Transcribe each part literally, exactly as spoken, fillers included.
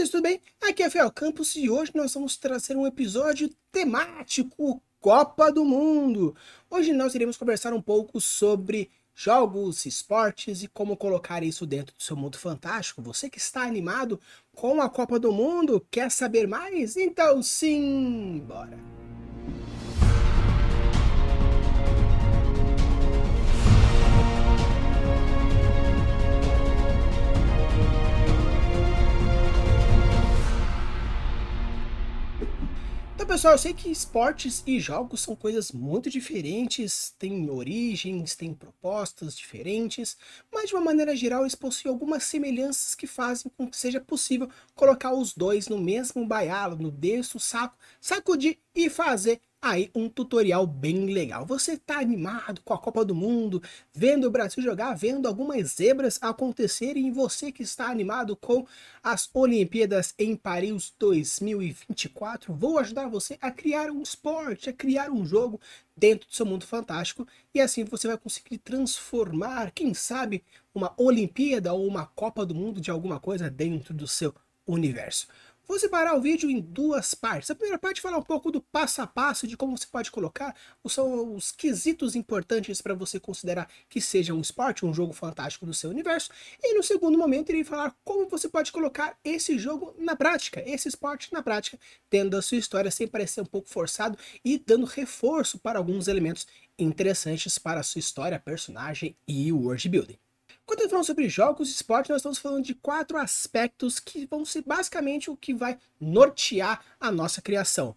amigos, tudo bem? Aqui é Rafael Campos e hoje nós vamos trazer um episódio temático Copa do Mundo. Hoje nós iremos conversar um pouco sobre jogos, esportes e como colocar isso dentro do seu mundo fantástico. Você que está animado com a Copa do Mundo, quer saber mais? Então sim, bora! Então, pessoal, eu sei que esportes e jogos são coisas muito diferentes, têm origens, têm propostas diferentes, mas de uma maneira geral eles possuem algumas semelhanças que fazem com que seja possível colocar os dois no mesmo baialo, no desço, saco, sacudir e fazer aí um tutorial bem legal. Você tá animado com a Copa do Mundo, vendo o Brasil jogar, vendo algumas zebras acontecerem, e você que está animado com as Olimpíadas em Paris dois mil e vinte e quatro, vou ajudar você a criar um esporte, a criar um jogo dentro do seu mundo fantástico, e assim você vai conseguir transformar, quem sabe, uma Olimpíada ou uma Copa do Mundo de alguma coisa dentro do seu universo. Vou separar o vídeo em duas partes. A primeira parte falar um pouco do passo a passo de como você pode colocar os, são os quesitos importantes para você considerar que seja um esporte, um jogo fantástico do seu universo. E no segundo momento irei falar como você pode colocar esse jogo na prática, esse esporte na prática, tendo a sua história sem parecer um pouco forçado e dando reforço para alguns elementos interessantes para a sua história, personagem e world building. Quando nós falamos sobre jogos e esporte, nós estamos falando de quatro aspectos que vão ser basicamente o que vai nortear a nossa criação: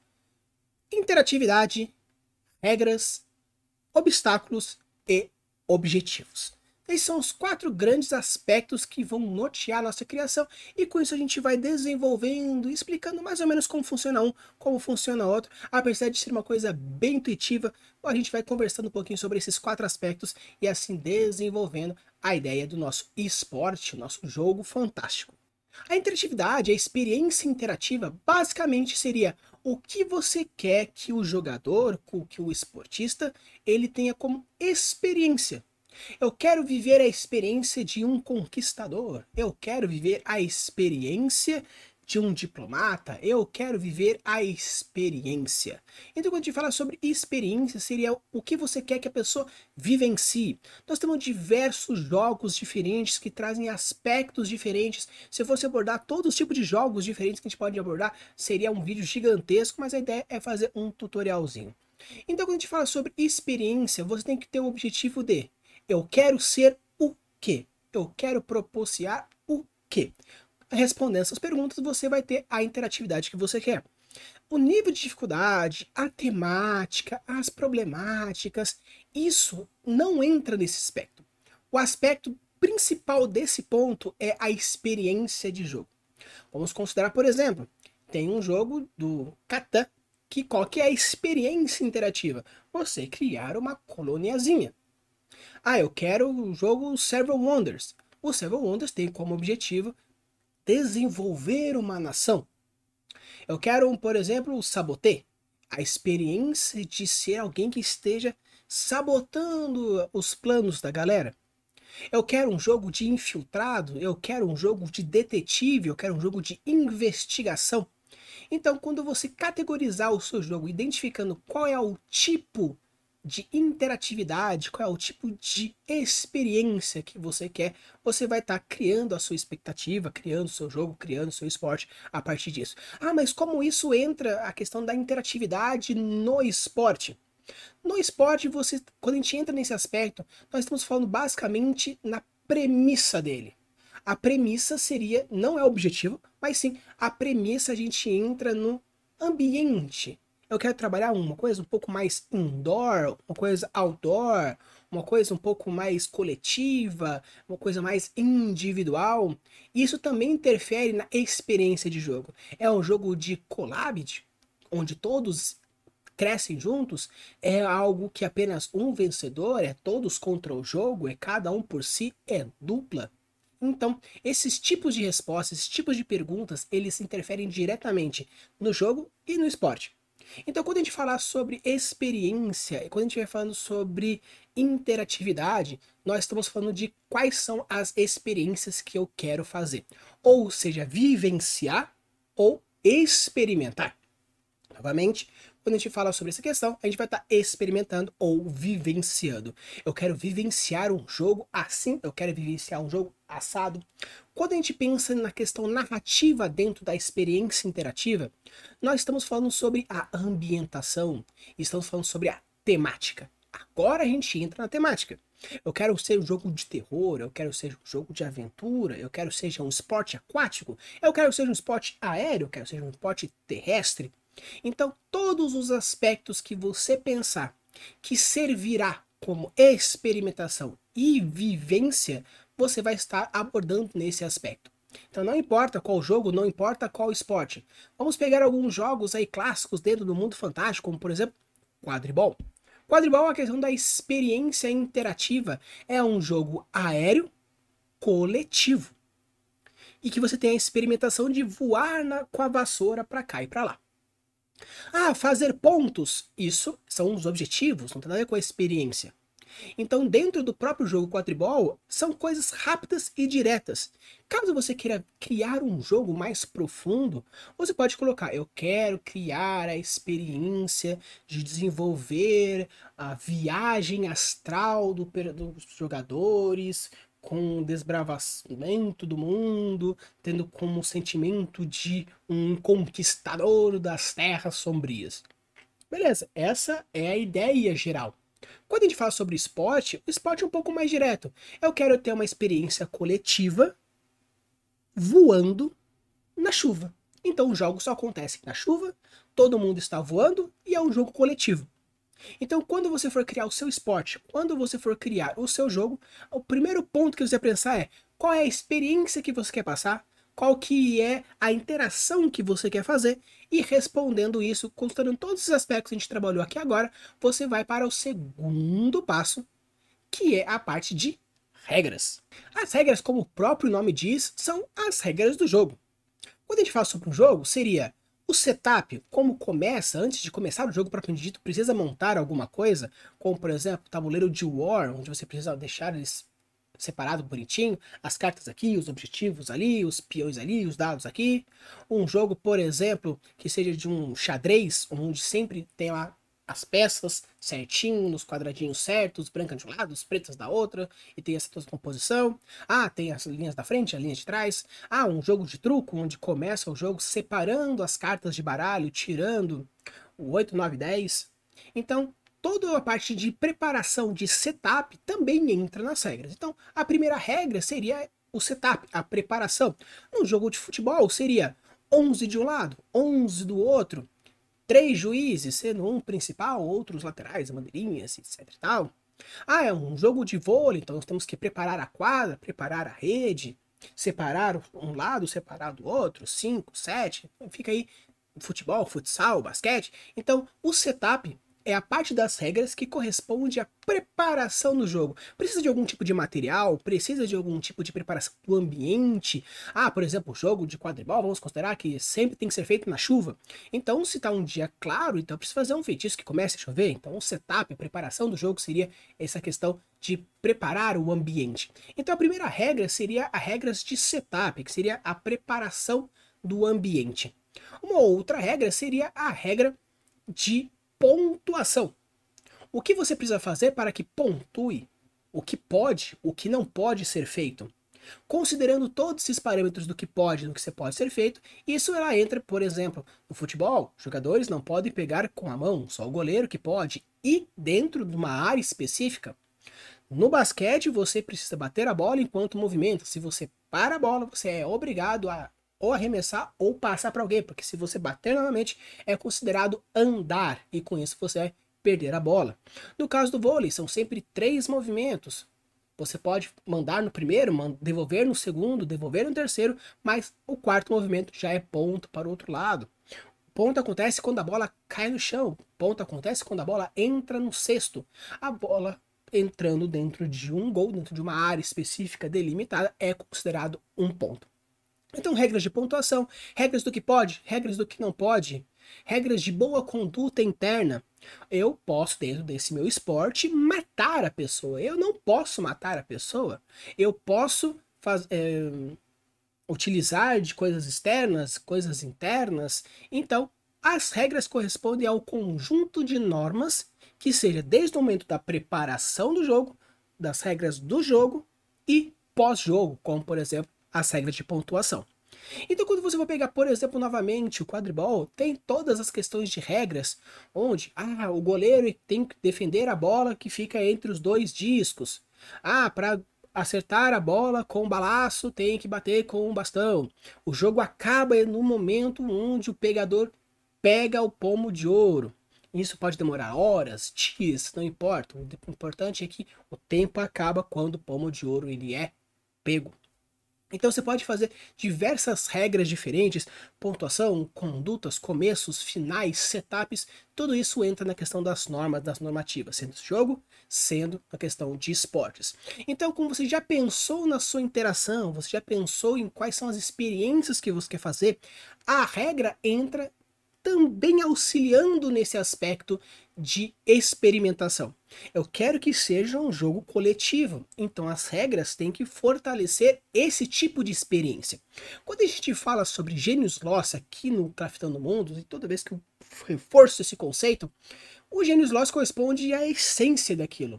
interatividade, regras, obstáculos e objetivos. Esses são os quatro grandes aspectos que vão nortear a nossa criação, e com isso a gente vai desenvolvendo, explicando mais ou menos como funciona um, como funciona outro. Apesar de ser uma coisa bem intuitiva, a gente vai conversando um pouquinho sobre esses quatro aspectos e assim desenvolvendo a ideia do nosso esporte, o nosso jogo fantástico. A interatividade, a experiência interativa, basicamente seria o que você quer que o jogador, que o esportista, ele tenha como experiência. Eu quero viver a experiência de um conquistador, eu quero viver a experiência de um diplomata, eu quero viver a experiência. Então, quando a gente fala sobre experiência, seria o que você quer que a pessoa vivencie. Nós temos diversos jogos diferentes que trazem aspectos diferentes. Se eu fosse abordar todos os tipos de jogos diferentes que a gente pode abordar, seria um vídeo gigantesco, mas a ideia é fazer um tutorialzinho. Então, quando a gente fala sobre experiência, você tem que ter o objetivo de: eu quero ser o quê? Eu quero propiciar o quê? Respondendo essas perguntas, você vai ter a interatividade que você quer. O nível de dificuldade, a temática, as problemáticas, isso não entra nesse aspecto. O aspecto principal desse ponto é a experiência de jogo. Vamos considerar, por exemplo, tem um jogo do Catan, que qual que é a experiência interativa? Você criar uma coloniazinha. Ah, eu quero o jogo Several Wonders. O Several Wonders tem como objetivo desenvolver uma nação. Eu quero, por exemplo, o Saboter. A experiência de ser alguém que esteja sabotando os planos da galera. Eu quero um jogo de infiltrado, eu quero um jogo de detetive, eu quero um jogo de investigação. Então, quando você categorizar o seu jogo, identificando qual é o tipo de interatividade, qual é o tipo de experiência que você quer, você vai estar tá criando a sua expectativa, criando o seu jogo, criando o seu esporte a partir disso. Ah, mas como isso entra a questão da interatividade no esporte? No esporte, você, quando a gente entra nesse aspecto, nós estamos falando basicamente na premissa dele. A premissa seria, não é o objetivo, mas sim a premissa, a gente entra no ambiente. Eu quero trabalhar uma coisa um pouco mais indoor, uma coisa outdoor, uma coisa um pouco mais coletiva, uma coisa mais individual. Isso também interfere na experiência de jogo. É um jogo de collab, onde todos crescem juntos? É algo que apenas um vencedor? É todos contra o jogo? É cada um por si? É dupla? Então, esses tipos de respostas, esses tipos de perguntas, eles interferem diretamente no jogo e no esporte. Então, quando a gente falar sobre experiência, quando a gente vai falando sobre interatividade, nós estamos falando de quais são as experiências que eu quero fazer. Ou seja, vivenciar, ou experimentar. Novamente, quando a gente fala sobre essa questão, a gente vai estar experimentando ou vivenciando. Eu quero vivenciar um jogo assim, eu quero vivenciar um jogo assado. Quando a gente pensa na questão narrativa dentro da experiência interativa, nós estamos falando sobre a ambientação, estamos falando sobre a temática. Agora a gente entra na temática. Eu quero ser um jogo de terror, eu quero ser um jogo de aventura, eu quero seja um esporte aquático, eu quero seja um esporte aéreo, eu quero seja um esporte terrestre. Então, todos os aspectos que você pensar que servirá como experimentação e vivência, você vai estar abordando nesse aspecto. Então não importa qual jogo, não importa qual esporte. Vamos pegar alguns jogos aí clássicos dentro do mundo fantástico, como por exemplo, quadribol. Quadribol, a questão da experiência interativa, é um jogo aéreo coletivo. E que você tem a experimentação de voar na, com a vassoura para cá e para lá. Ah, fazer pontos. Isso são os objetivos, não tem nada a ver com a experiência. Então, dentro do próprio jogo quadribol, são coisas rápidas e diretas. Caso você queira criar um jogo mais profundo, você pode colocar: eu quero criar a experiência de desenvolver a viagem astral do, dos jogadores, com desbravamento do mundo, tendo como sentimento de um conquistador das terras sombrias. Beleza, essa é a ideia geral. Quando a gente fala sobre esporte, o esporte é um pouco mais direto. Eu quero ter uma experiência coletiva voando na chuva. Então o jogo só acontece na chuva, todo mundo está voando e é um jogo coletivo. Então, quando você for criar o seu esporte, quando você for criar o seu jogo, o primeiro ponto que você pensar é: qual é a experiência que você quer passar, qual que é a interação que você quer fazer, e respondendo isso, considerando todos os aspectos que a gente trabalhou aqui agora, você vai para o segundo passo, que é a parte de regras. As regras, como o próprio nome diz, são as regras do jogo. Quando a gente fala sobre um jogo, seria o setup, como começa, antes de começar o jogo propriamente dito, precisa montar alguma coisa, como por exemplo, tabuleiro de War, onde você precisa deixar eles separado bonitinho, as cartas aqui, os objetivos ali, os peões ali, os dados aqui. Um jogo, por exemplo, que seja de um xadrez, onde sempre tem lá as peças certinho, nos quadradinhos certos, brancas de um lado, pretas da outra, e tem essa toda composição. Ah, tem as linhas da frente, as linhas de trás. Ah, um jogo de truco, onde começa o jogo separando as cartas de baralho, tirando o oito, nove, dez. Então, toda a parte de preparação de setup também entra nas regras. Então, a primeira regra seria o setup, a preparação. No jogo de futebol seria onze de um lado, onze do outro, três juízes, sendo um principal, outros laterais, bandeirinhas, etc e tal. Ah, é um jogo de vôlei, então nós temos que preparar a quadra, preparar a rede, separar um lado, separar do outro, cinco, sete, fica aí futebol, futsal, basquete. Então, o setup é a parte das regras que corresponde à preparação do jogo. Precisa de algum tipo de material? Precisa de algum tipo de preparação do ambiente? Ah, por exemplo, o jogo de quadribol, vamos considerar que sempre tem que ser feito na chuva. Então, se está um dia claro, então precisa fazer um feitiço que comece a chover. Então, o setup, a preparação do jogo seria essa questão de preparar o ambiente. Então, a primeira regra seria a regra de setup, que seria a preparação do ambiente. Uma outra regra seria a regra de pontuação. O que você precisa fazer para que pontue o que pode, o que não pode ser feito? Considerando todos esses parâmetros do que pode e do que pode ser feito, isso ela entra, por exemplo, no futebol, jogadores não podem pegar com a mão, só o goleiro que pode, e dentro de uma área específica. No basquete, você precisa bater a bola enquanto movimenta. Se você para a bola, você é obrigado a ou arremessar ou passar para alguém, porque se você bater novamente é considerado andar e com isso você vai perder a bola. No caso do vôlei, são sempre três movimentos. Você pode mandar no primeiro, devolver no segundo, devolver no terceiro, mas o quarto movimento já é ponto para o outro lado. Ponto acontece quando a bola cai no chão. Ponto acontece quando a bola entra no cesto. A bola entrando dentro de um gol, dentro de uma área específica delimitada, é considerado um ponto. Então, regras de pontuação, regras do que pode, regras do que não pode, regras de boa conduta interna. Eu posso, dentro desse meu esporte, matar a pessoa. Eu não posso matar a pessoa. Eu posso fazer... É, utilizar de coisas externas, coisas internas. Então, as regras correspondem ao conjunto de normas que seja desde o momento da preparação do jogo, das regras do jogo e pós-jogo, como por exemplo as regras de pontuação. Então, quando você vai pegar, por exemplo, novamente o quadribol, tem todas as questões de regras, onde ah, o goleiro tem que defender a bola que fica entre os dois discos. Ah, para acertar a bola com o balaço tem que bater com um bastão. O jogo acaba no momento onde o pegador pega o pomo de ouro. Isso pode demorar horas, dias, não importa. O importante é que o tempo acaba quando o pomo de ouro ele é pego. Então você pode fazer diversas regras diferentes, pontuação, condutas, começos, finais, setups, tudo isso entra na questão das normas, das normativas, sendo jogo, sendo a questão de esportes. Então, como você já pensou na sua interação, você já pensou em quais são as experiências que você quer fazer, a regra entra também auxiliando nesse aspecto de experimentação. Eu quero que seja um jogo coletivo, então as regras têm que fortalecer esse tipo de experiência. Quando a gente fala sobre Genius Loss aqui no Craftando Mundos, e toda vez que eu reforço esse conceito, o Genius Loss corresponde à essência daquilo.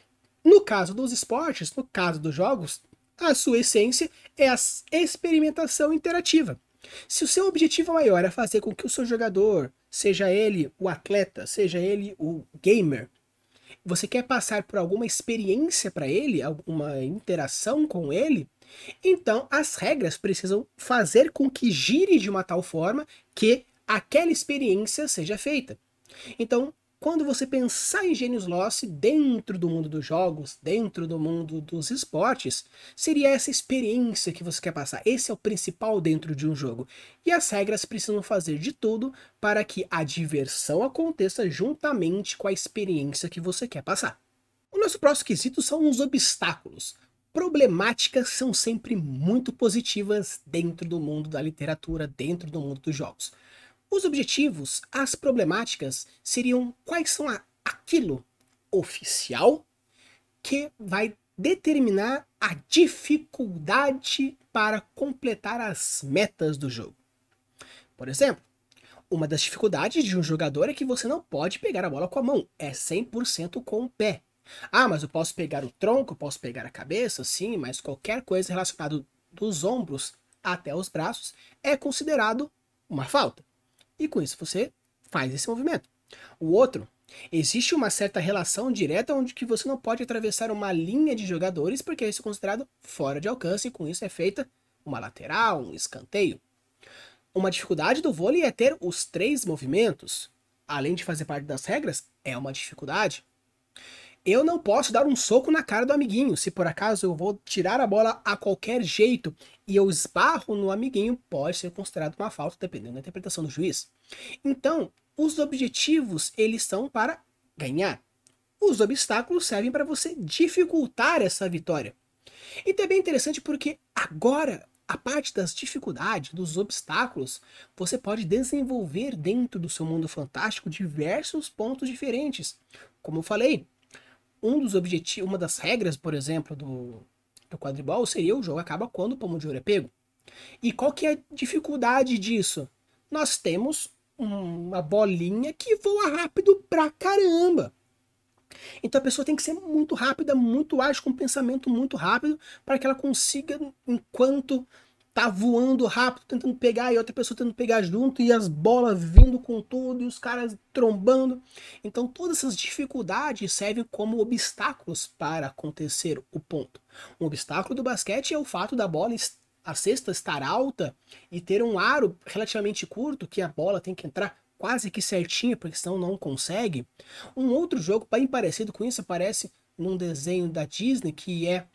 No caso dos esportes, no caso dos jogos, a sua essência é a experimentação interativa. Se o seu objetivo maior é fazer com que o seu jogador, seja ele o atleta, seja ele o gamer, você quer passar por alguma experiência para ele, alguma interação com ele, então as regras precisam fazer com que gire de uma tal forma que aquela experiência seja feita. Então, quando você pensar em Genius Loss dentro do mundo dos jogos, dentro do mundo dos esportes, seria essa experiência que você quer passar. Esse é o principal dentro de um jogo. E as regras precisam fazer de tudo para que a diversão aconteça juntamente com a experiência que você quer passar. O nosso próximo quesito são os obstáculos. Problemáticas são sempre muito positivas dentro do mundo da literatura, dentro do mundo dos jogos. Os objetivos, as problemáticas, seriam quais são a, aquilo oficial que vai determinar a dificuldade para completar as metas do jogo. Por exemplo, uma das dificuldades de um jogador é que você não pode pegar a bola com a mão, é cem por cento com o pé. Ah, mas eu posso pegar o tronco, posso pegar a cabeça, sim, mas qualquer coisa relacionada dos ombros até os braços é considerado uma falta. E com isso você faz esse movimento. O outro, existe uma certa relação direta onde que você não pode atravessar uma linha de jogadores porque isso é considerado fora de alcance e com isso é feita uma lateral, um escanteio. Uma dificuldade do vôlei é ter os três movimentos. Além de fazer parte das regras, é uma dificuldade. Eu não posso dar um soco na cara do amiguinho. Se por acaso eu vou tirar a bola a qualquer jeito e eu esbarro no amiguinho, pode ser considerado uma falta, dependendo da interpretação do juiz. Então, os objetivos, eles são para ganhar. Os obstáculos servem para você dificultar essa vitória. E também é interessante porque agora, a parte das dificuldades, dos obstáculos, você pode desenvolver dentro do seu mundo fantástico diversos pontos diferentes. Como eu falei, um dos objetivos, uma das regras, por exemplo, do, do quadribol seria o jogo acaba quando o pomo de ouro é pego. E qual que é a dificuldade disso? Nós temos uma bolinha que voa rápido pra caramba. Então a pessoa tem que ser muito rápida, muito ágil, com um pensamento muito rápido, para que ela consiga, enquanto tá voando rápido, tentando pegar, e outra pessoa tentando pegar junto, e as bolas vindo com tudo, e os caras trombando. Então todas essas dificuldades servem como obstáculos para acontecer o ponto. Um obstáculo do basquete é o fato da bola, a cesta estar alta, e ter um aro relativamente curto, que a bola tem que entrar quase que certinho, porque senão não consegue. Um outro jogo bem parecido com isso aparece num desenho da Disney, que é...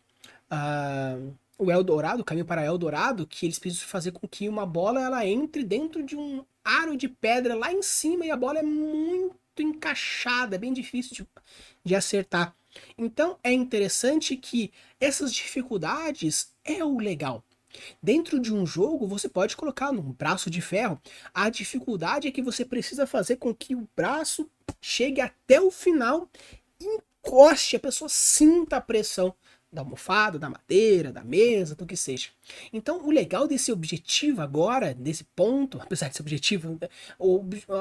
Uh, o Eldorado, o Caminho para Eldorado, que eles precisam fazer com que uma bola ela entre dentro de um aro de pedra lá em cima e a bola é muito encaixada, é bem difícil de, de acertar. Então é interessante que essas dificuldades é o legal. Dentro de um jogo você pode colocar num braço de ferro. A dificuldade é que você precisa fazer com que o braço chegue até o final, encoste, a pessoa sinta a pressão da almofada, da madeira, da mesa, do que seja. Então, o legal desse objetivo agora, desse ponto, apesar de ser objetivo, o,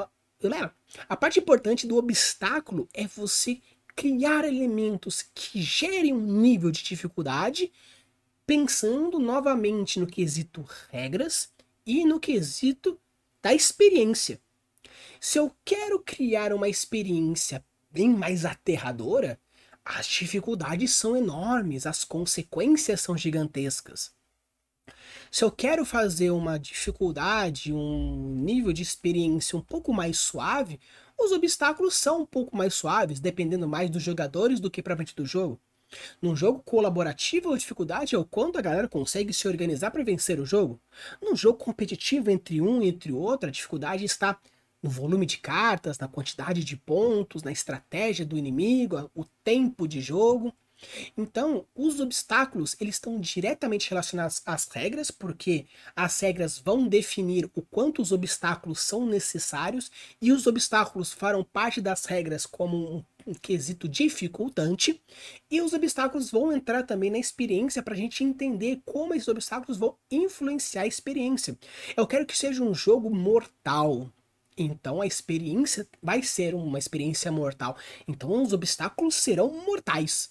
a, a parte importante do obstáculo é você criar elementos que gerem um nível de dificuldade, pensando novamente no quesito regras e no quesito da experiência. Se eu quero criar uma experiência bem mais aterradora, as dificuldades são enormes, as consequências são gigantescas. Se eu quero fazer uma dificuldade, um nível de experiência um pouco mais suave, os obstáculos são um pouco mais suaves, dependendo mais dos jogadores do que propriamente do jogo. Num jogo colaborativo, a dificuldade é o quanto a galera consegue se organizar para vencer o jogo. Num jogo competitivo entre um e entre outro, a dificuldade está no volume de cartas, na quantidade de pontos, na estratégia do inimigo, o tempo de jogo. Então, os obstáculos, eles estão diretamente relacionados às regras, porque as regras vão definir o quanto os obstáculos são necessários, e os obstáculos farão parte das regras como um, um quesito dificultante, e os obstáculos vão entrar também na experiência para a gente entender como esses obstáculos vão influenciar a experiência. Eu quero que seja um jogo mortal. Então a experiência vai ser uma experiência mortal. Então os obstáculos serão mortais.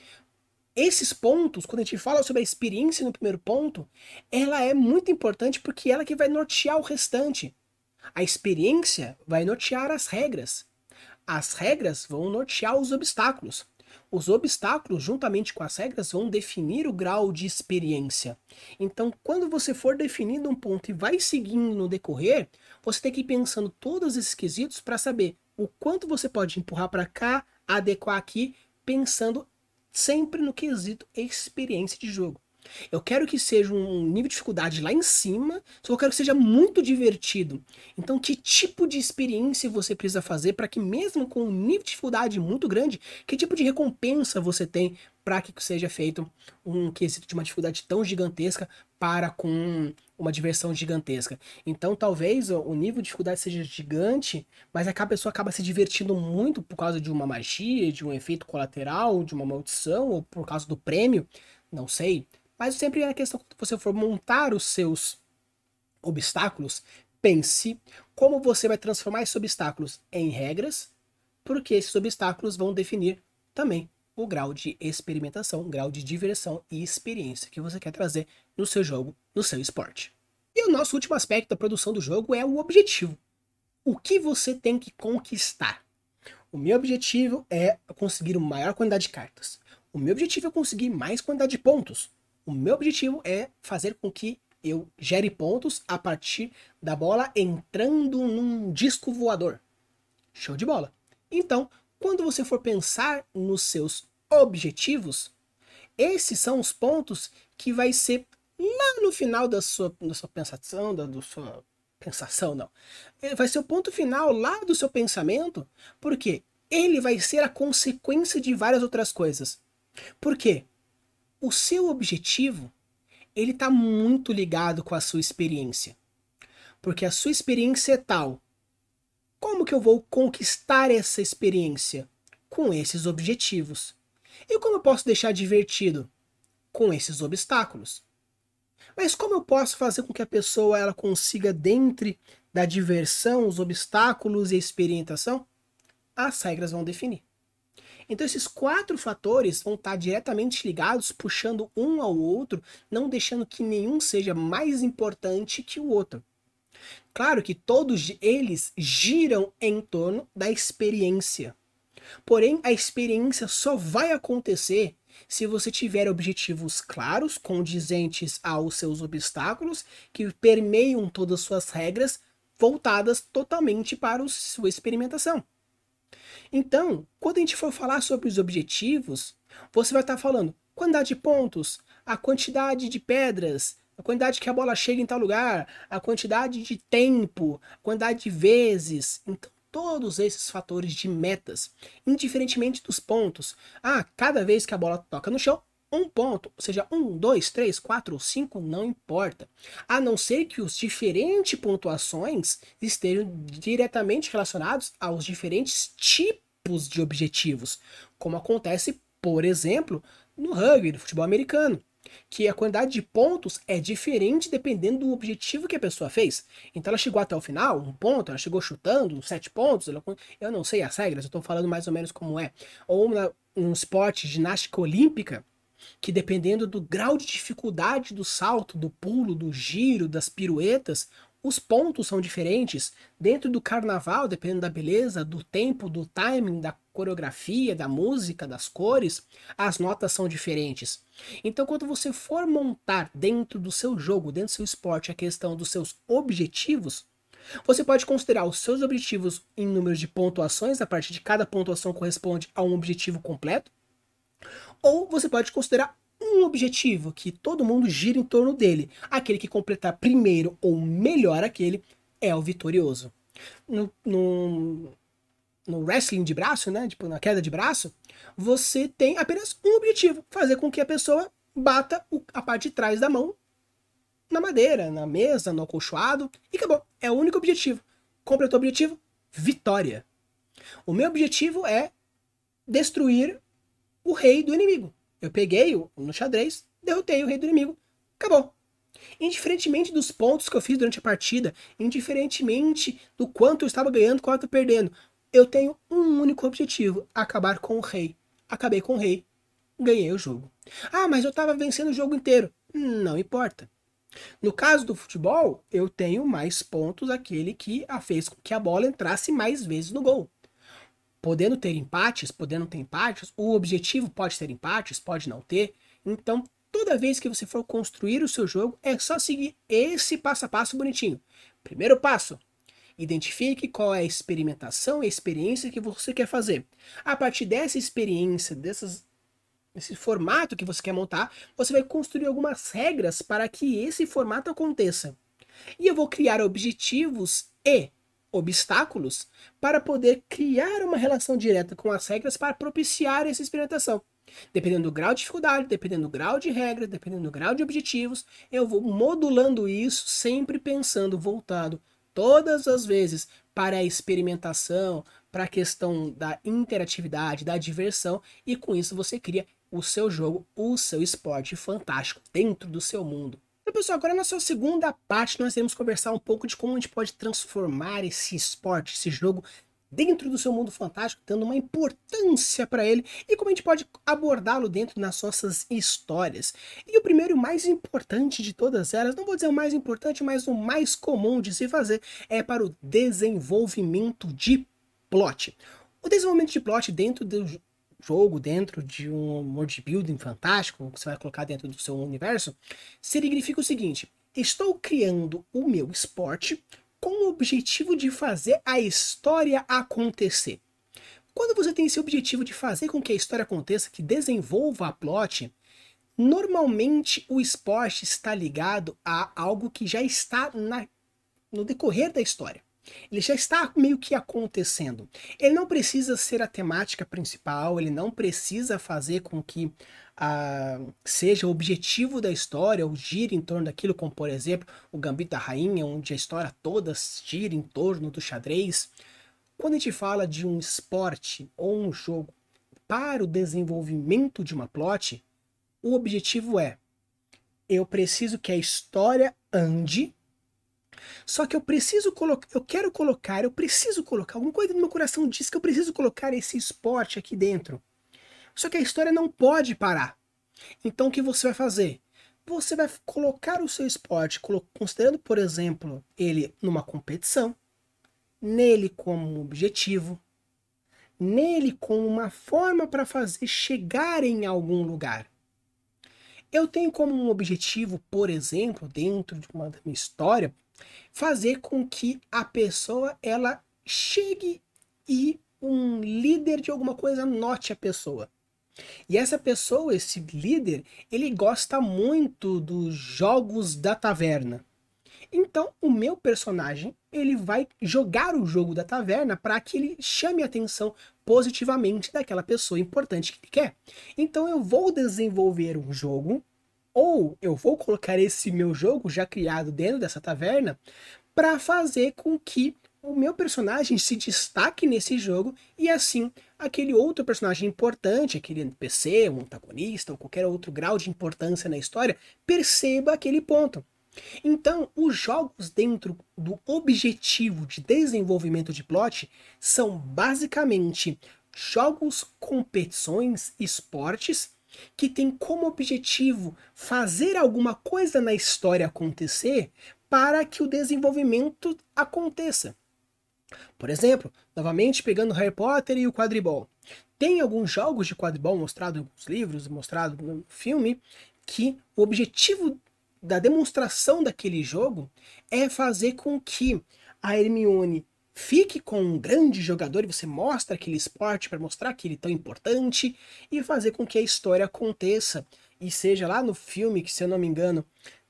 Esses pontos, quando a gente fala sobre a experiência no primeiro ponto, ela é muito importante porque ela que vai nortear o restante. A experiência vai nortear as regras. As regras vão nortear os obstáculos. Os obstáculos, juntamente com as regras, vão definir o grau de experiência. Então, quando você for definindo um ponto e vai seguindo no decorrer, você tem que ir pensando todos esses quesitos para saber o quanto você pode empurrar para cá, adequar aqui, pensando sempre no quesito experiência de jogo. Eu quero que seja um nível de dificuldade lá em cima, só eu quero que seja muito divertido. Então, que tipo de experiência você precisa fazer para que, mesmo com um nível de dificuldade muito grande, que tipo de recompensa você tem para que seja feito um quesito de uma dificuldade tão gigantesca para com uma diversão gigantesca. Então, talvez o nível de dificuldade seja gigante, mas a pessoa acaba se divertindo muito por causa de uma magia, de um efeito colateral, de uma maldição, ou por causa do prêmio, não sei. Mas sempre é a questão, quando você for montar os seus obstáculos, pense como você vai transformar esses obstáculos em regras, porque esses obstáculos vão definir também o grau de experimentação, o grau de diversão e experiência que você quer trazer no seu jogo, no seu esporte. E o nosso último aspecto da produção do jogo é o objetivo. O que você tem que conquistar? O meu objetivo é conseguir uma maior quantidade de cartas. O meu objetivo é conseguir mais quantidade de pontos. O meu objetivo é fazer com que eu gere pontos a partir da bola entrando num disco voador. Show de bola. Então, quando você for pensar nos seus objetivos, esses são os pontos que vai ser lá no final da sua, da sua pensação, da, da sua pensação, não. Vai ser o ponto final lá do seu pensamento, porque ele vai ser a consequência de várias outras coisas. Por quê? O seu objetivo, ele está muito ligado com a sua experiência. Porque a sua experiência é tal. Como que eu vou conquistar essa experiência? Com esses objetivos. E como eu posso deixar divertido? Com esses obstáculos. Mas como eu posso fazer com que a pessoa ela consiga, dentre da diversão, os obstáculos e a experimentação? As regras vão definir. Então esses quatro fatores vão estar diretamente ligados, puxando um ao outro, não deixando que nenhum seja mais importante que o outro. Claro que todos eles giram em torno da experiência. Porém, a experiência só vai acontecer se você tiver objetivos claros, condizentes aos seus obstáculos, que permeiam todas as suas regras, voltadas totalmente para a sua experimentação. Então, quando a gente for falar sobre os objetivos, você vai estar falando quantidade de pontos, a quantidade de pedras, a quantidade que a bola chega em tal lugar, a quantidade de tempo, a quantidade de vezes. Então, todos esses fatores de metas, indiferentemente dos pontos. Ah, cada vez que a bola toca no chão, um ponto, ou seja, um, dois, três, quatro ou cinco, não importa. A não ser que os diferentes pontuações estejam diretamente relacionados aos diferentes tipos de objetivos, como acontece, por exemplo, no rugby, no futebol americano, que a quantidade de pontos é diferente dependendo do objetivo que a pessoa fez. Então ela chegou até o final, um ponto, ela chegou chutando, sete pontos, ela, eu não sei as regras, eu estou falando mais ou menos como é. Ou na, um esporte, ginástica olímpica, que dependendo do grau de dificuldade do salto, do pulo, do giro, das piruetas, os pontos são diferentes. Dentro do carnaval, dependendo da beleza, do tempo, do timing, da coreografia, da música, das cores, as notas são diferentes. Então, quando você for montar dentro do seu jogo, dentro do seu esporte, a questão dos seus objetivos, você pode considerar os seus objetivos em números de pontuações, a partir de cada pontuação corresponde a um objetivo completo, ou você pode considerar um objetivo que todo mundo gira em torno dele. Aquele que completar primeiro ou melhor aquele é o vitorioso. No, no, no wrestling de braço, né? Tipo, na queda de braço, você tem apenas um objetivo: fazer com que a pessoa bata a parte de trás da mão na madeira, na mesa, no acolchoado, e acabou. É o único objetivo. Completou o objetivo? Vitória. O meu objetivo é destruir o rei do inimigo. Eu peguei no xadrez, derrotei o rei do inimigo. Acabou. Indiferentemente dos pontos que eu fiz durante a partida, indiferentemente do quanto eu estava ganhando, quanto eu perdendo, eu tenho um único objetivo: acabar com o rei. Acabei com o rei, ganhei o jogo. Ah, mas eu estava vencendo o jogo inteiro. Não importa. No caso do futebol, eu tenho mais pontos aquele que a fez com que a bola entrasse mais vezes no gol. Podendo ter empates, podendo ter empates, o objetivo pode ter empates, pode não ter. Então, toda vez que você for construir o seu jogo, é só seguir esse passo a passo bonitinho. Primeiro passo: identifique qual é a experimentação e a experiência que você quer fazer. A partir dessa experiência, dessas, desse formato que você quer montar, você vai construir algumas regras para que esse formato aconteça. E eu vou criar objetivos e obstáculos para poder criar uma relação direta com as regras para propiciar essa experimentação. Dependendo do grau de dificuldade, dependendo do grau de regra, dependendo do grau de objetivos, eu vou modulando isso, sempre pensando voltado todas as vezes para a experimentação, para a questão da interatividade, da diversão, e com isso você cria o seu jogo, o seu esporte fantástico dentro do seu mundo. Então, pessoal, agora na sua segunda parte nós iremos conversar um pouco de como a gente pode transformar esse esporte, esse jogo, dentro do seu mundo fantástico, dando uma importância para ele, e como a gente pode abordá-lo dentro das nossas histórias. E o primeiro e o mais importante de todas elas, não vou dizer o mais importante, mas o mais comum de se fazer, é para o desenvolvimento de plot. O desenvolvimento de plot dentro do jogo, dentro de um world building fantástico, que você vai colocar dentro do seu universo, significa o seguinte: estou criando o meu esporte com o objetivo de fazer a história acontecer. Quando você tem esse objetivo de fazer com que a história aconteça, que desenvolva a plot, normalmente o esporte está ligado a algo que já está na, no decorrer da história. Ele já está meio que acontecendo. Ele não precisa ser a temática principal, ele não precisa fazer com que uh, seja o objetivo da história, ou gire em torno daquilo, como por exemplo o Gambito da Rainha, onde a história toda gira em torno do xadrez. Quando a gente fala de um esporte ou um jogo para o desenvolvimento de uma plot, o objetivo é: eu preciso que a história ande. Só que eu preciso colocar, eu quero colocar, eu preciso colocar, alguma coisa no meu coração diz que eu preciso colocar esse esporte aqui dentro. Só que a história não pode parar. Então o que você vai fazer? Você vai colocar o seu esporte, considerando, por exemplo, ele numa competição, nele como um objetivo, nele como uma forma para fazer chegar em algum lugar. Eu tenho como um objetivo, por exemplo, dentro de uma da minha história, fazer com que a pessoa ela chegue e um líder de alguma coisa note a pessoa. E essa pessoa, esse líder, ele gosta muito dos jogos da taverna. Então, o meu personagem, ele vai jogar o jogo da taverna para que ele chame a atenção positivamente daquela pessoa importante que ele quer. Então, eu vou desenvolver um jogo, ou eu vou colocar esse meu jogo já criado dentro dessa taverna, para fazer com que o meu personagem se destaque nesse jogo e assim aquele outro personagem importante, aquele N P C, um antagonista ou qualquer outro grau de importância na história, perceba aquele ponto. Então, os jogos dentro do objetivo de desenvolvimento de plot são basicamente jogos, competições, esportes, que tem como objetivo fazer alguma coisa na história acontecer para que o desenvolvimento aconteça. Por exemplo, novamente pegando Harry Potter e o quadribol. Tem alguns jogos de quadribol mostrado em alguns livros, mostrado no filme, que o objetivo da demonstração daquele jogo é fazer com que a Hermione fique com um grande jogador e você mostra aquele esporte para mostrar que ele é tão importante e fazer com que a história aconteça. E seja lá no filme, que se eu não me engano,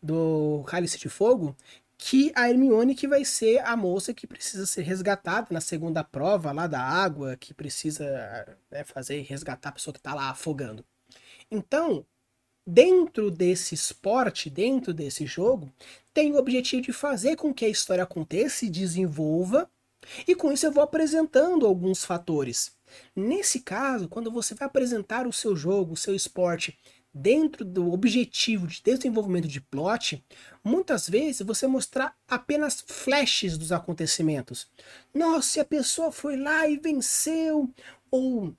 do Cálice de Fogo, que a Hermione que vai ser a moça que precisa ser resgatada na segunda prova lá da água, que precisa né, fazer resgatar a pessoa que está lá afogando. Então, dentro desse esporte, dentro desse jogo, tem o objetivo de fazer com que a história aconteça e desenvolva, e com isso eu vou apresentando alguns fatores. Nesse caso, quando você vai apresentar o seu jogo, o seu esporte, dentro do objetivo de desenvolvimento de plot, muitas vezes você mostrar apenas flashes dos acontecimentos. Nossa, a pessoa foi lá e venceu, ou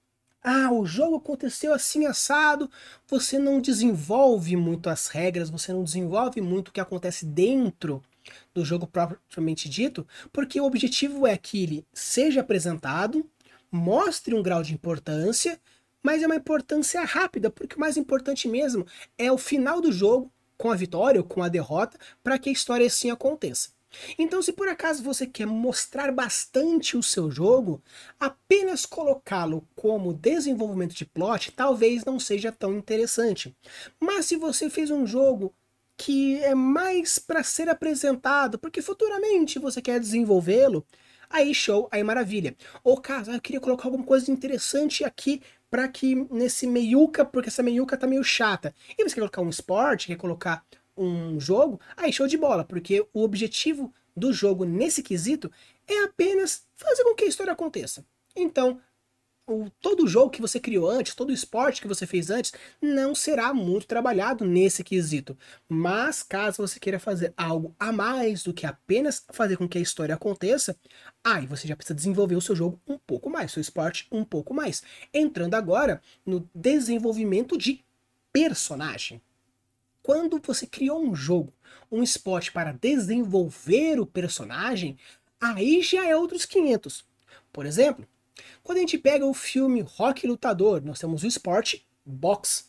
ah, o jogo aconteceu assim assado, você não desenvolve muito as regras, você não desenvolve muito o que acontece dentro do jogo propriamente dito, porque o objetivo é que ele seja apresentado, mostre um grau de importância, mas é uma importância rápida, porque o mais importante mesmo é o final do jogo, com a vitória ou com a derrota, para que a história assim aconteça. Então, se por acaso você quer mostrar bastante o seu jogo, apenas colocá-lo como desenvolvimento de plot talvez não seja tão interessante. Mas se você fez um jogo que é mais para ser apresentado, porque futuramente você quer desenvolvê-lo, aí show, aí maravilha. Ou caso, eu queria colocar alguma coisa interessante aqui para que nesse meiuca, porque essa meiuca tá meio chata. E você quer colocar um esporte, quer colocar um jogo, aí show de bola, porque o objetivo do jogo nesse quesito é apenas fazer com que a história aconteça. Então, o, todo jogo que você criou antes, todo esporte que você fez antes, não será muito trabalhado nesse quesito. Mas caso você queira fazer algo a mais do que apenas fazer com que a história aconteça, aí você já precisa desenvolver o seu jogo um pouco mais, seu esporte um pouco mais. Entrando agora no desenvolvimento de personagem. Quando você criou um jogo, um esporte para desenvolver o personagem, aí já é outros quinhentos. Por exemplo, quando a gente pega o filme Rocky Lutador, nós temos o esporte boxe.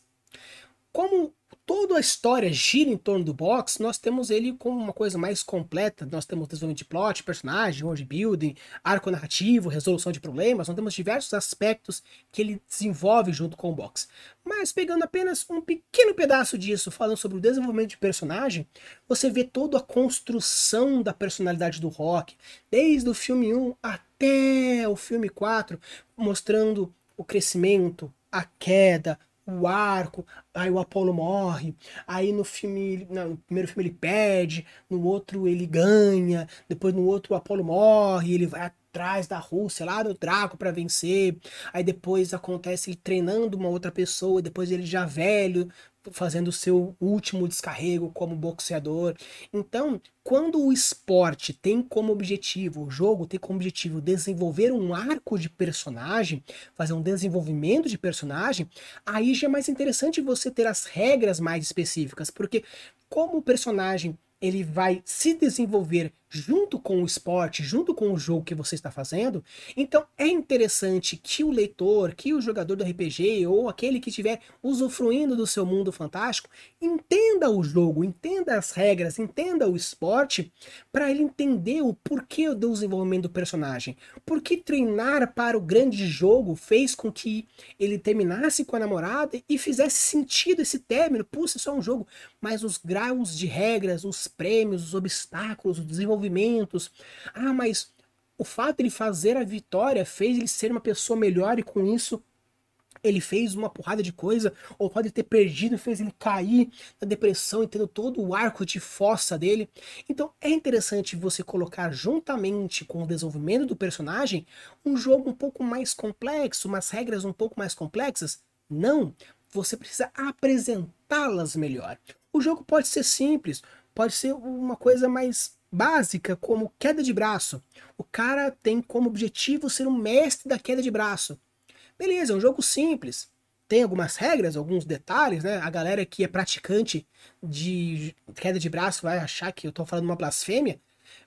Como toda a história gira em torno do boxe, nós temos ele como uma coisa mais completa. Nós temos desenvolvimento de plot, personagem, world building, arco narrativo, resolução de problemas. Nós temos diversos aspectos que ele desenvolve junto com o boxe. Mas pegando apenas um pequeno pedaço disso, falando sobre o desenvolvimento de personagem, você vê toda a construção da personalidade do Rocky, desde o filme um até o filme quatro, mostrando o crescimento, a queda, o arco, aí o Apollo morre, aí no filme, no primeiro filme ele perde, no outro ele ganha, depois no outro o Apollo morre, ele vai atrás da Rússia, lá no Draco para vencer, aí depois acontece ele treinando uma outra pessoa, depois ele já velho, fazendo o seu último descarrego como boxeador. Então, quando o esporte tem como objetivo, o jogo tem como objetivo desenvolver um arco de personagem, fazer um desenvolvimento de personagem, aí já é mais interessante você ter as regras mais específicas, porque como o personagem ele vai se desenvolver junto com o esporte, junto com o jogo que você está fazendo, então é interessante que o leitor, que o jogador do R P G ou aquele que estiver usufruindo do seu mundo fantástico, entenda o jogo, entenda as regras, entenda o esporte, para ele entender o porquê do desenvolvimento do personagem. Porque treinar para o grande jogo fez com que ele terminasse com a namorada e fizesse sentido esse término, puxa, isso é um jogo, mas os graus de regras, os prêmios, os obstáculos, os desenvolvimentos, ah, mas o fato de ele fazer a vitória fez ele ser uma pessoa melhor e com isso ele fez uma porrada de coisa, ou pode ter perdido e fez ele cair na depressão e tendo todo o arco de fossa dele. Então é interessante você colocar juntamente com o desenvolvimento do personagem um jogo um pouco mais complexo, umas regras um pouco mais complexas. Não, você precisa apresentá-las melhor. O jogo pode ser simples, pode ser uma coisa mais básica, como queda de braço. O cara tem como objetivo ser um mestre da queda de braço. Beleza, é um jogo simples. Tem algumas regras, alguns detalhes, né? A galera que é praticante de queda de braço vai achar que eu tô falando uma blasfêmia,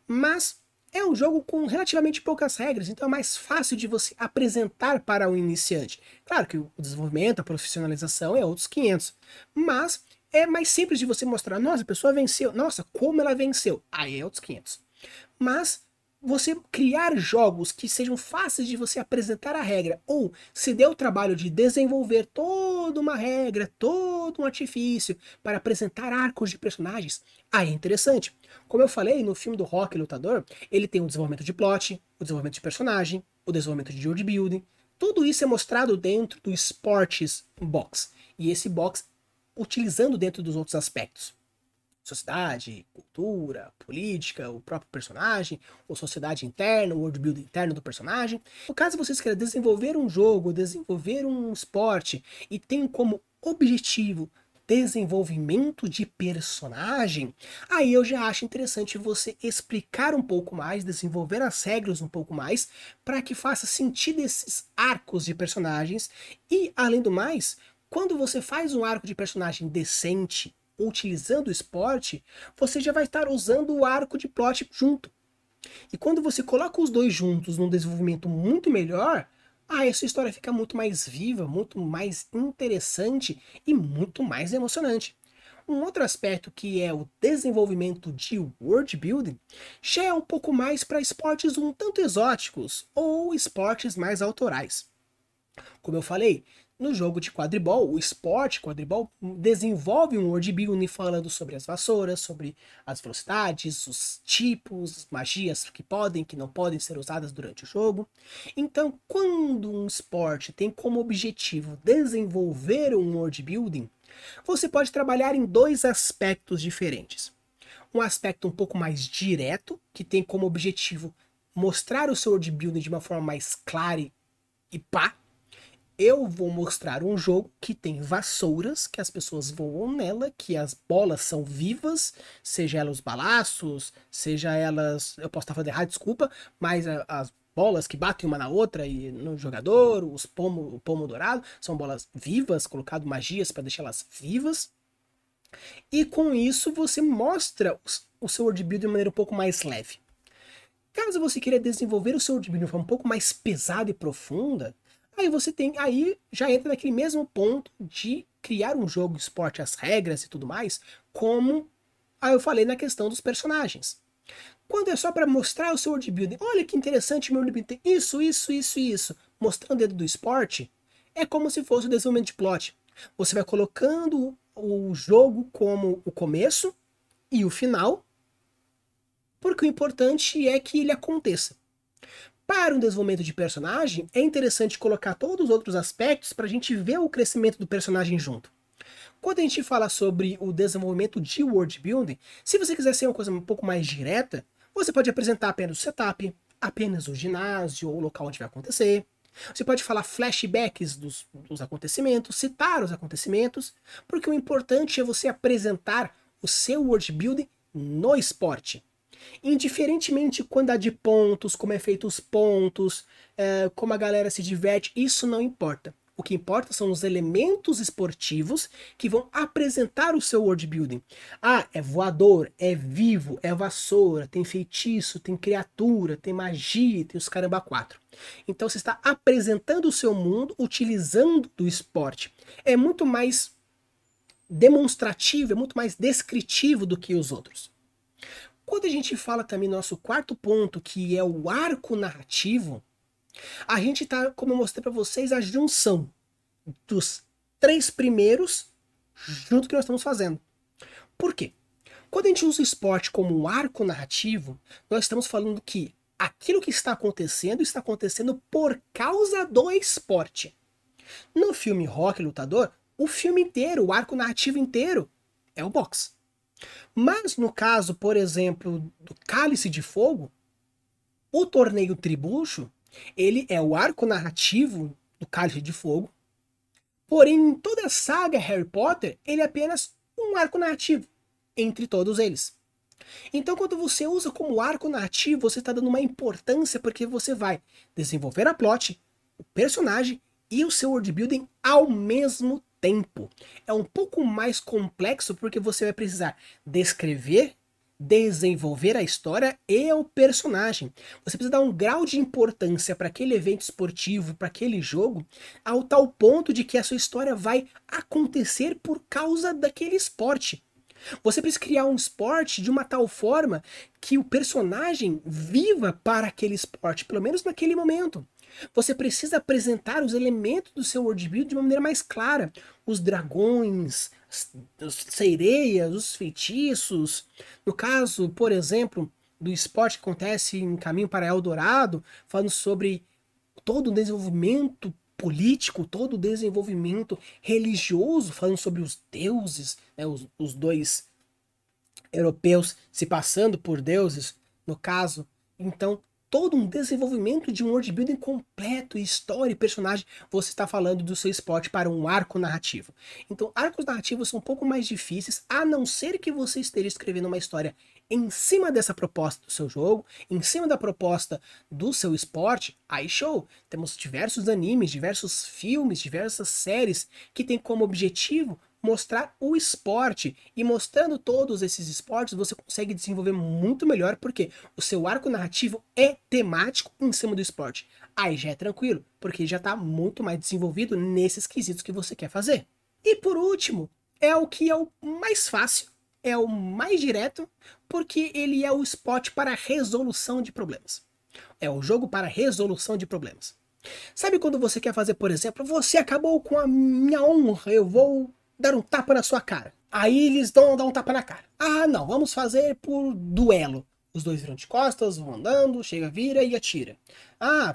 mas é um jogo com relativamente poucas regras, então é mais fácil de você apresentar para o iniciante. Claro que o desenvolvimento, a profissionalização é outros quinhentos, mas é mais simples de você mostrar, nossa, a pessoa venceu, nossa, como ela venceu, aí é outros quinhentos. Mas você criar jogos que sejam fáceis de você apresentar a regra, ou se der o trabalho de desenvolver toda uma regra, todo um artifício para apresentar arcos de personagens, aí é interessante. Como eu falei, no filme do Rock Lutador, ele tem o desenvolvimento de plot, o desenvolvimento de personagem, o desenvolvimento de world building, tudo isso é mostrado dentro do Sports Box, e esse box utilizando dentro dos outros aspectos. Sociedade, cultura, política, o próprio personagem, ou sociedade interna, o world building interno do personagem. No caso vocês querem desenvolver um jogo, desenvolver um esporte e tem como objetivo desenvolvimento de personagem, aí eu já acho interessante você explicar um pouco mais, desenvolver as regras um pouco mais, para que faça sentido esses arcos de personagens e, além do mais, quando você faz um arco de personagem decente, utilizando o esporte, você já vai estar usando o arco de plot junto. E quando você coloca os dois juntos num desenvolvimento muito melhor, ah, essa história fica muito mais viva, muito mais interessante e muito mais emocionante. Um outro aspecto que é o desenvolvimento de world building já é um pouco mais para esportes um tanto exóticos ou esportes mais autorais. Como eu falei, no jogo de quadribol, o esporte quadribol desenvolve um world building falando sobre as vassouras, sobre as velocidades, os tipos, magias que podem, que não podem ser usadas durante o jogo. Então, quando um esporte tem como objetivo desenvolver um world building, você pode trabalhar em dois aspectos diferentes. Um aspecto um pouco mais direto, que tem como objetivo mostrar o seu world building de uma forma mais clara e pá. Eu vou mostrar um jogo que tem vassouras, que as pessoas voam nela, que as bolas são vivas, seja elas os balaços, seja elas... Eu posso estar falando errado, desculpa, mas a, as bolas que batem uma na outra e no jogador, os pomo, o pomo dourado, são bolas vivas, colocado magias para deixá-las vivas. E com isso você mostra o, o seu world building de maneira um pouco mais leve. Caso você queira desenvolver o seu world building de forma um pouco mais pesada e profunda, aí você tem, aí já entra naquele mesmo ponto de criar um jogo de esporte, as regras e tudo mais, como aí eu falei na questão dos personagens. Quando é só para mostrar o seu world building, olha que interessante, meu world building tem isso, isso, isso e isso, mostrando dentro do esporte, é como se fosse o desenvolvimento de plot. Você vai colocando o jogo como o começo e o final, porque o importante é que ele aconteça. Para um desenvolvimento de personagem, é interessante colocar todos os outros aspectos para a gente ver o crescimento do personagem junto. Quando a gente fala sobre o desenvolvimento de world building, se você quiser ser uma coisa um pouco mais direta, você pode apresentar apenas o setup, apenas o ginásio ou o local onde vai acontecer. Você pode falar flashbacks dos, dos acontecimentos, citar os acontecimentos, porque o importante é você apresentar o seu world building no esporte. Indiferentemente quando há de pontos, como é feito os pontos, é, como a galera se diverte, isso não importa. O que importa são os elementos esportivos que vão apresentar o seu world building. Ah, é voador, é vivo, é vassoura, tem feitiço, tem criatura, tem magia, tem os caramba quatro. Então você está apresentando o seu mundo utilizando do esporte. É muito mais demonstrativo, é muito mais descritivo do que os outros. Quando a gente fala também no nosso quarto ponto, que é o arco narrativo, a gente tá, como eu mostrei para vocês, a junção dos três primeiros junto que nós estamos fazendo. Por quê? Quando a gente usa o esporte como um arco narrativo, nós estamos falando que aquilo que está acontecendo, está acontecendo por causa do esporte. No filme Rock Lutador, o filme inteiro, o arco narrativo inteiro é o boxe. Mas no caso, por exemplo, do Cálice de Fogo, o torneio Tribucho, ele é o arco narrativo do Cálice de Fogo, porém em toda a saga Harry Potter, ele é apenas um arco narrativo entre todos eles. Então quando você usa como arco narrativo, você está dando uma importância porque você vai desenvolver a plot, o personagem e o seu world building ao mesmo tempo. É um pouco mais complexo porque você vai precisar descrever, desenvolver a história e o personagem. Você precisa dar um grau de importância para aquele evento esportivo, para aquele jogo, ao tal ponto de que a sua história vai acontecer por causa daquele esporte. Você precisa criar um esporte de uma tal forma que o personagem viva para aquele esporte, pelo menos naquele momento. Você precisa apresentar os elementos do seu world build de uma maneira mais clara. Os dragões, as sereias, os feitiços. No caso, por exemplo, do esporte que acontece em Caminho para Eldorado, falando sobre todo o desenvolvimento político, todo o desenvolvimento religioso, falando sobre os deuses, né, os, os dois europeus se passando por deuses, no caso. Então, todo um desenvolvimento de um world building completo, história e personagem, você está falando do seu esporte para um arco narrativo. Então, arcos narrativos são um pouco mais difíceis, a não ser que você esteja escrevendo uma história em cima dessa proposta do seu jogo, em cima da proposta do seu esporte, aí show! Temos diversos animes, diversos filmes, diversas séries que têm como objetivo mostrar o esporte, e mostrando todos esses esportes você consegue desenvolver muito melhor porque o seu arco narrativo é temático em cima do esporte. Aí já é tranquilo, porque já está muito mais desenvolvido nesses quesitos que você quer fazer. E por último, é o que é o mais fácil, é o mais direto, porque ele é o esporte para resolução de problemas. É o jogo para resolução de problemas. Sabe quando você quer fazer, por exemplo, você acabou com a minha honra, eu vou dar um tapa na sua cara. Aí eles dão dar um tapa na cara. Ah, não, vamos fazer por duelo. Os dois viram de costas, vão andando, chega, vira e atira. Ah,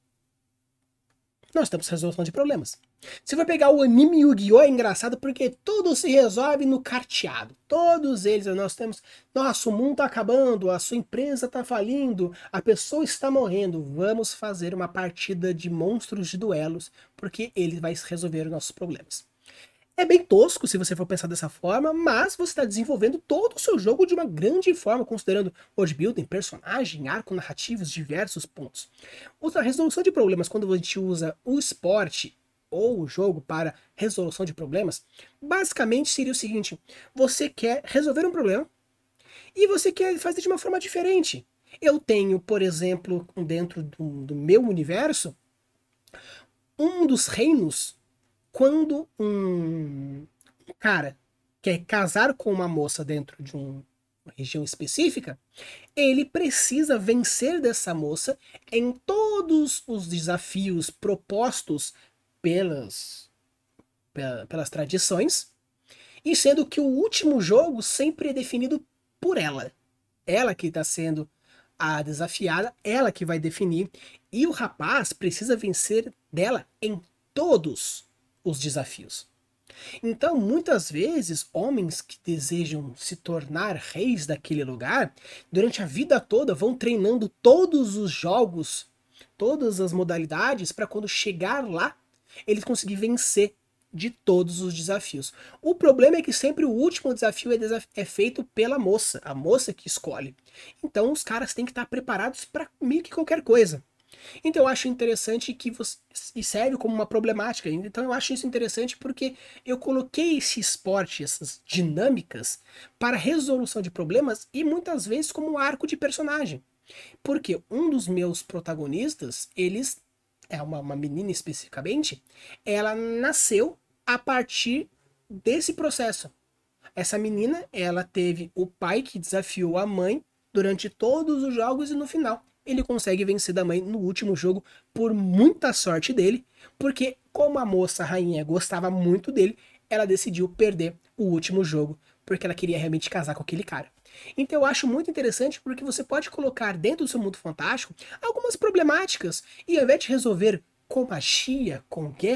nós temos resolução de problemas. Você vai pegar o anime Yu-Gi-Oh! É engraçado porque tudo se resolve no carteado. Todos eles, nós temos... Nossa, o mundo tá acabando, a sua empresa tá falindo, a pessoa está morrendo. Vamos fazer uma partida de monstros de duelos, porque ele vai resolver os nossos problemas. É bem tosco se você for pensar dessa forma, mas você está desenvolvendo todo o seu jogo de uma grande forma, considerando world building, personagem, arco narrativos, diversos pontos. Outra resolução de problemas, quando a gente usa o esporte ou o jogo para resolução de problemas, basicamente seria o seguinte: você quer resolver um problema e você quer fazer de uma forma diferente. Eu tenho, por exemplo, dentro do, do meu universo, um dos reinos. Quando um cara quer casar com uma moça dentro de um, uma região específica, ele precisa vencer dessa moça em todos os desafios propostos pelas, pelas tradições, e sendo que o último jogo sempre é definido por ela. Ela que está sendo a desafiada, ela que vai definir, e o rapaz precisa vencer dela em todos os desafios. Então, muitas vezes, homens que desejam se tornar reis daquele lugar, durante a vida toda vão treinando todos os jogos, todas as modalidades, para quando chegar lá, eles conseguirem vencer de todos os desafios. O problema é que sempre o último desafio é, desaf é feito pela moça, a moça que escolhe. Então, os caras têm que estar preparados para meio que qualquer coisa. Então eu acho interessante que você, e serve como uma problemática, então eu acho isso interessante porque eu coloquei esse esporte, essas dinâmicas, para resolução de problemas e muitas vezes como arco de personagem. Porque um dos meus protagonistas, eles, é uma, uma menina especificamente, ela nasceu a partir desse processo. Essa menina, ela teve o pai que desafiou a mãe durante todos os jogos e no final ele consegue vencer da mãe no último jogo por muita sorte dele, porque como a moça a rainha gostava muito dele, ela decidiu perder o último jogo, porque ela queria realmente casar com aquele cara. Então eu acho muito interessante porque você pode colocar dentro do seu mundo fantástico algumas problemáticas, e ao invés de resolver com magia, com guerras,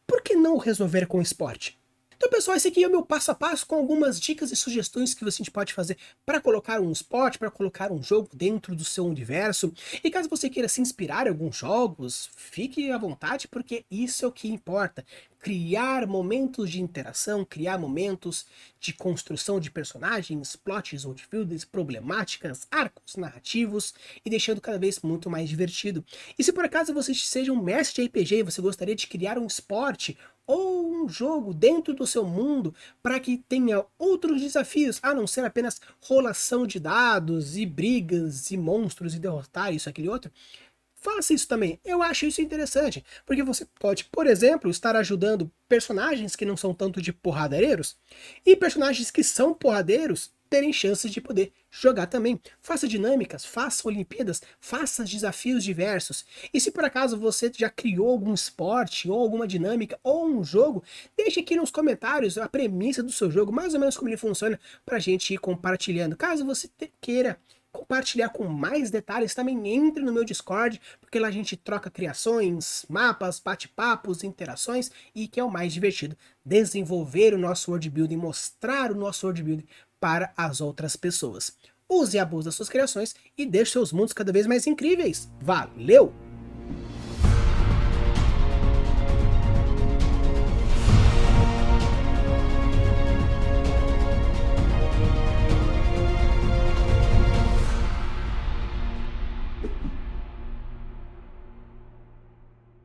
Por que não resolver com esporte? Então, pessoal, esse aqui é o meu passo a passo com algumas dicas e sugestões que você pode fazer para colocar um esporte, para colocar um jogo dentro do seu universo. E caso você queira se inspirar em alguns jogos, fique à vontade, porque isso é o que importa. Criar momentos de interação, criar momentos de construção de personagens, plots ou de fields, problemáticas, arcos narrativos e deixando cada vez muito mais divertido. E se por acaso você seja um mestre de R P G e você gostaria de criar um esporte ou um jogo dentro do seu mundo para que tenha outros desafios, a não ser apenas rolação de dados e brigas e monstros e derrotar isso, aquele outro, faça isso também. Eu acho isso interessante, porque você pode, por exemplo, estar ajudando personagens que não são tanto de porradeiros e personagens que são porradeiros terem chances de poder jogar também. Faça dinâmicas, faça Olimpíadas, faça desafios diversos. E se por acaso você já criou algum esporte, ou alguma dinâmica, ou um jogo, deixe aqui nos comentários a premissa do seu jogo, mais ou menos como ele funciona, pra gente ir compartilhando. Caso você queira compartilhar com mais detalhes, também entre no meu Discord, porque lá a gente troca criações, mapas, bate-papos, interações, e que é o mais divertido, desenvolver o nosso world building, mostrar o nosso world building para as outras pessoas. Use e abuse das suas criações e deixe seus mundos cada vez mais incríveis. Valeu!